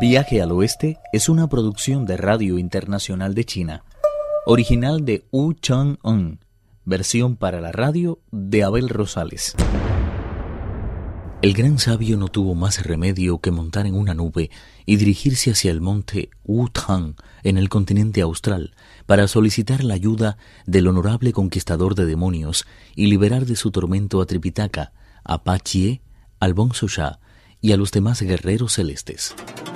Viaje al Oeste es una producción de Radio Internacional de China, original de Wu Chang-un, versión para la radio de Abel Rosales. El gran sabio no tuvo más remedio que montar en una nube y dirigirse hacia el monte Wutang en el continente austral para solicitar la ayuda del honorable conquistador de demonios y liberar de su tormento a Tripitaka, a Pa Chie, al Bonzo Sha y a los demás guerreros celestes.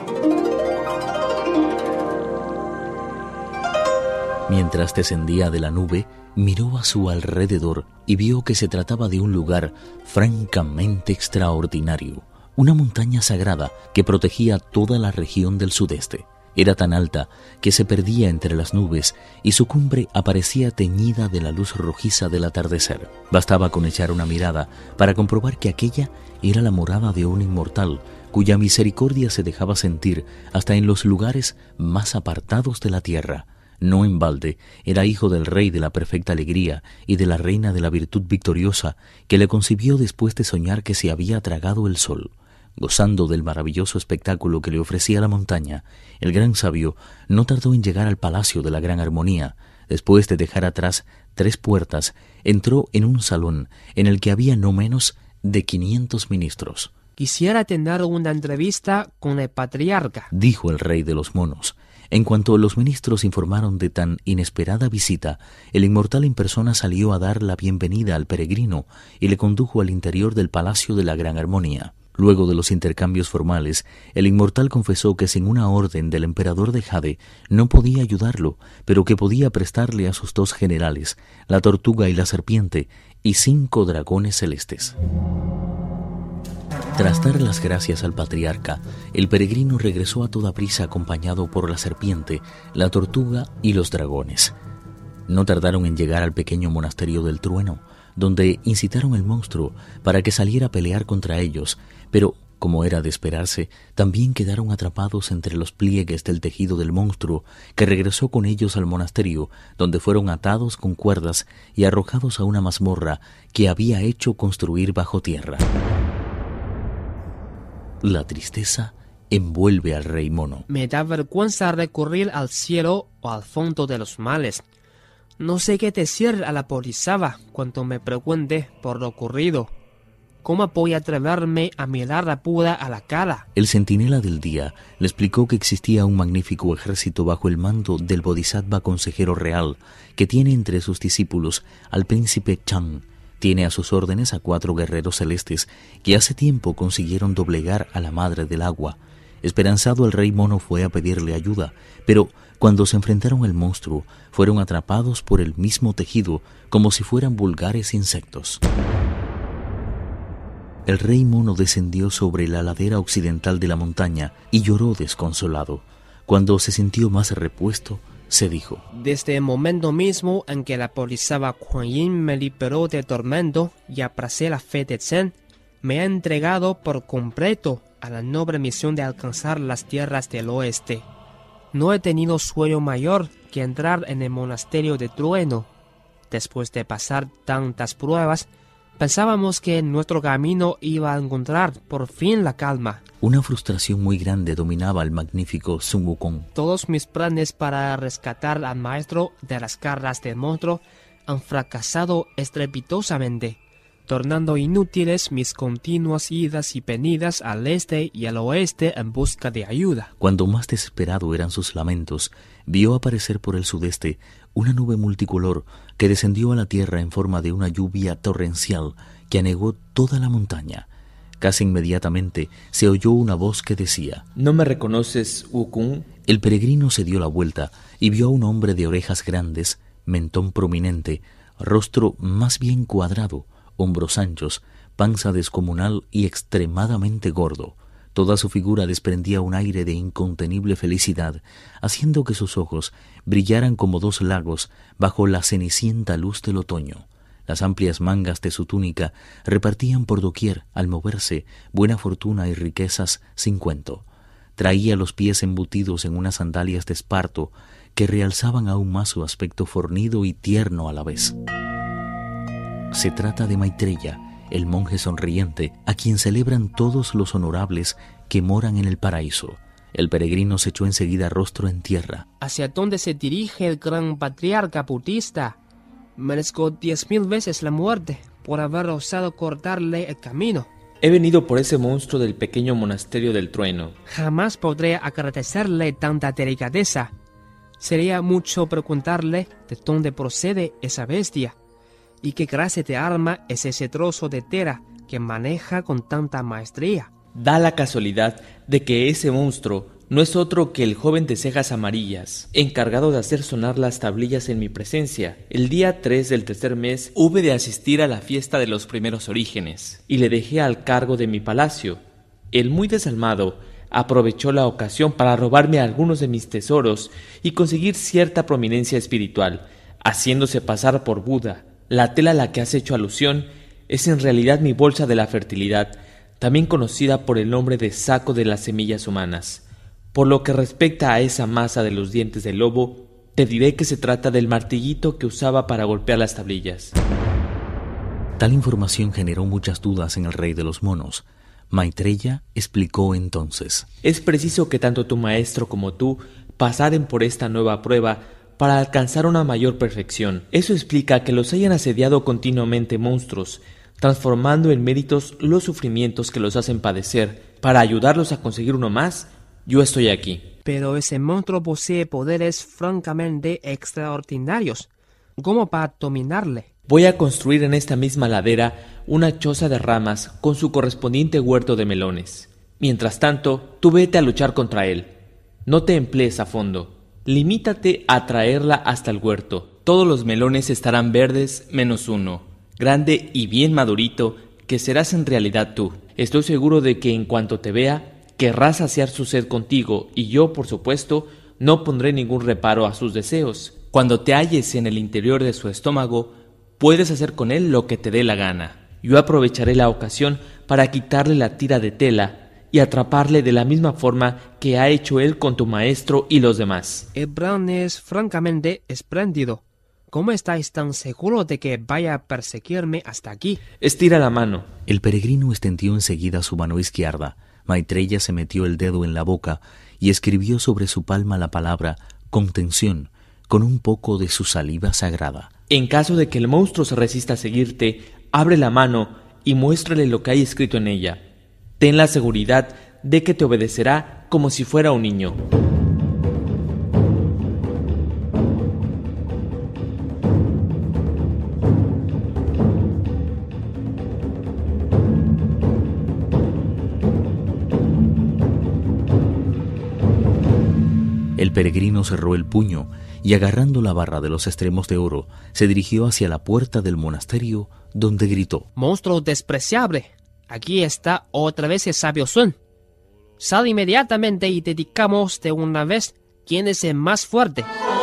Mientras descendía de la nube, miró a su alrededor y vio que se trataba de un lugar francamente extraordinario, una montaña sagrada que protegía toda la región del sudeste. Era tan alta que se perdía entre las nubes y su cumbre aparecía teñida de la luz rojiza del atardecer. Bastaba con echar una mirada para comprobar que aquella era la morada de un inmortal cuya misericordia se dejaba sentir hasta en los lugares más apartados de la tierra. No en balde, era hijo del rey de la perfecta alegría y de la reina de la virtud victoriosa, que le concibió después de soñar que se había tragado el sol. Gozando del maravilloso espectáculo que le ofrecía la montaña, el gran sabio no tardó en llegar al palacio de la gran armonía. Después de dejar atrás 3 puertas, entró en un salón en el que había no menos de 500 ministros. «Quisiera tener una entrevista con el patriarca», dijo el rey de los monos. En cuanto los ministros informaron de tan inesperada visita, el inmortal en persona salió a dar la bienvenida al peregrino y le condujo al interior del Palacio de la Gran Armonía. Luego de los intercambios formales, el inmortal confesó que sin una orden del emperador de Jade no podía ayudarlo, pero que podía prestarle a sus 2 generales, la tortuga y la serpiente, y 5 dragones celestes. Tras dar las gracias al patriarca, el peregrino regresó a toda prisa acompañado por la serpiente, la tortuga y los dragones. No tardaron en llegar al pequeño monasterio del trueno, donde incitaron al monstruo para que saliera a pelear contra ellos, pero, como era de esperarse, también quedaron atrapados entre los pliegues del tejido del monstruo, que regresó con ellos al monasterio, donde fueron atados con cuerdas y arrojados a una mazmorra que había hecho construir bajo tierra. La tristeza envuelve al rey mono. «Me da vergüenza recurrir al cielo o al fondo de los males. No sé qué decir a la Bodhisattva cuando me pregunte por lo ocurrido. ¿Cómo voy a atreverme a mirar a Buda a la cara?» El centinela del día le explicó que existía un magnífico ejército bajo el mando del Bodhisattva consejero real, que tiene entre sus discípulos al príncipe Chang. Tiene a sus órdenes a 4 guerreros celestes que hace tiempo consiguieron doblegar a la madre del agua. Esperanzado, el rey mono fue a pedirle ayuda, pero cuando se enfrentaron al monstruo, fueron atrapados por el mismo tejido como si fueran vulgares insectos. El rey mono descendió sobre la ladera occidental de la montaña y lloró desconsolado. Cuando se sintió más repuesto, se dijo: «Desde el momento mismo en que la Bodhisattva Kuan Yin me liberó del tormento y abracé la fe de Zen, me ha entregado por completo a la noble misión de alcanzar las tierras del oeste. No he tenido sueño mayor que entrar en el monasterio de trueno. Después de pasar tantas pruebas, pensábamos que en nuestro camino iba a encontrar por fin la calma». Una frustración muy grande dominaba al magnífico Sun Wukong. «Todos mis planes para rescatar al maestro de las garras del monstruo han fracasado estrepitosamente, tornando inútiles mis continuas idas y venidas al este y al oeste en busca de ayuda». Cuando más desesperado eran sus lamentos, vio aparecer por el sudeste una nube multicolor que descendió a la tierra en forma de una lluvia torrencial que anegó toda la montaña. Casi inmediatamente se oyó una voz que decía: ¿No me reconoces, Wukong? El peregrino se dio la vuelta y vio a un hombre de orejas grandes, mentón prominente, rostro más bien cuadrado, hombros anchos, panza descomunal y extremadamente gordo. Toda su figura desprendía un aire de incontenible felicidad, haciendo que sus ojos brillaran como 2 lagos bajo la cenicienta luz del otoño. Las amplias mangas de su túnica repartían por doquier, al moverse, buena fortuna y riquezas sin cuento. Traía los pies embutidos en unas sandalias de esparto que realzaban aún más su aspecto fornido y tierno a la vez. Se trata de Maitreya, el monje sonriente, a quien celebran todos los honorables que moran en el paraíso. El peregrino se echó enseguida rostro en tierra. ¿Hacia dónde se dirige el gran patriarca budista? Merezco 10,000 veces la muerte por haber osado cortarle el camino. He venido por ese monstruo del pequeño monasterio del trueno. Jamás podré agradecerle tanta delicadeza. Sería mucho preguntarle de dónde procede esa bestia y qué clase de arma es ese trozo de tela que maneja con tanta maestría. Da la casualidad de que ese monstruo no es otro que el joven de cejas amarillas, encargado de hacer sonar las tablillas en mi presencia. El día 3 del tercer mes hube de asistir a la fiesta de los primeros orígenes, y le dejé al cargo de mi palacio. El muy desalmado aprovechó la ocasión para robarme algunos de mis tesoros y conseguir cierta prominencia espiritual, haciéndose pasar por Buda. La tela a la que has hecho alusión es en realidad mi bolsa de la fertilidad, también conocida por el nombre de saco de las semillas humanas. Por lo que respecta a esa masa de los dientes del lobo, te diré que se trata del martillito que usaba para golpear las tablillas. Tal información generó muchas dudas en el rey de los monos. Maitreya explicó entonces: es preciso que tanto tu maestro como tú pasaren por esta nueva prueba para alcanzar una mayor perfección. Eso explica que los hayan asediado continuamente monstruos, transformando en méritos los sufrimientos que los hacen padecer. Para ayudarlos a conseguir uno más, yo estoy aquí. Pero ese monstruo posee poderes francamente extraordinarios. ¿Cómo va a dominarle? Voy a construir en esta misma ladera una choza de ramas con su correspondiente huerto de melones. Mientras tanto, tú vete a luchar contra él. No te emplees a fondo. Limítate a traerla hasta el huerto. Todos los melones estarán verdes menos uno, grande y bien madurito, que serás en realidad tú. Estoy seguro de que en cuanto te vea, querrás saciar su sed contigo, y yo, por supuesto, no pondré ningún reparo a sus deseos. Cuando te halles en el interior de su estómago, puedes hacer con él lo que te dé la gana. Yo aprovecharé la ocasión para quitarle la tira de tela y atraparle de la misma forma que ha hecho él con tu maestro y los demás. El plan es francamente espléndido. ¿Cómo estáis tan seguros de que vaya a perseguirme hasta aquí? Estira la mano. El peregrino extendió enseguida su mano izquierda. Maitreya se metió el dedo en la boca y escribió sobre su palma la palabra contención con un poco de su saliva sagrada. En caso de que el monstruo se resista a seguirte, abre la mano y muéstrale lo que hay escrito en ella. Ten la seguridad de que te obedecerá como si fuera un niño. El peregrino cerró el puño y, agarrando la barra de los extremos de oro, se dirigió hacia la puerta del monasterio, donde gritó: «Monstruo despreciable, aquí está otra vez el sabio Sun. Sal inmediatamente y dedicamos de una vez quién es el más fuerte».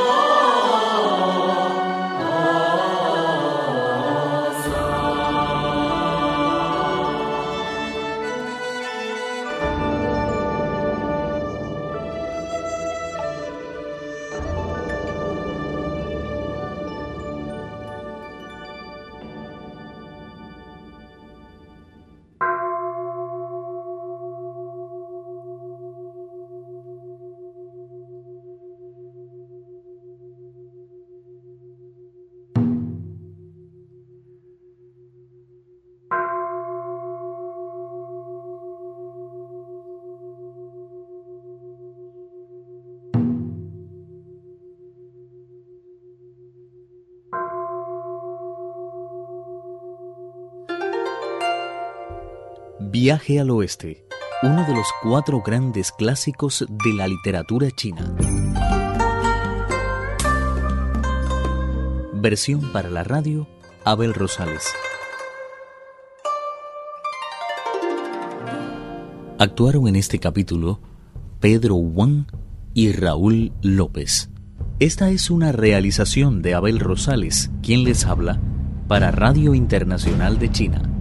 Viaje al Oeste, uno de los 4 grandes clásicos de la literatura china. Versión para la radio, Abel Rosales. Actuaron en este capítulo Pedro Wang y Raúl López. Esta es una realización de Abel Rosales, quien les habla para Radio Internacional de China.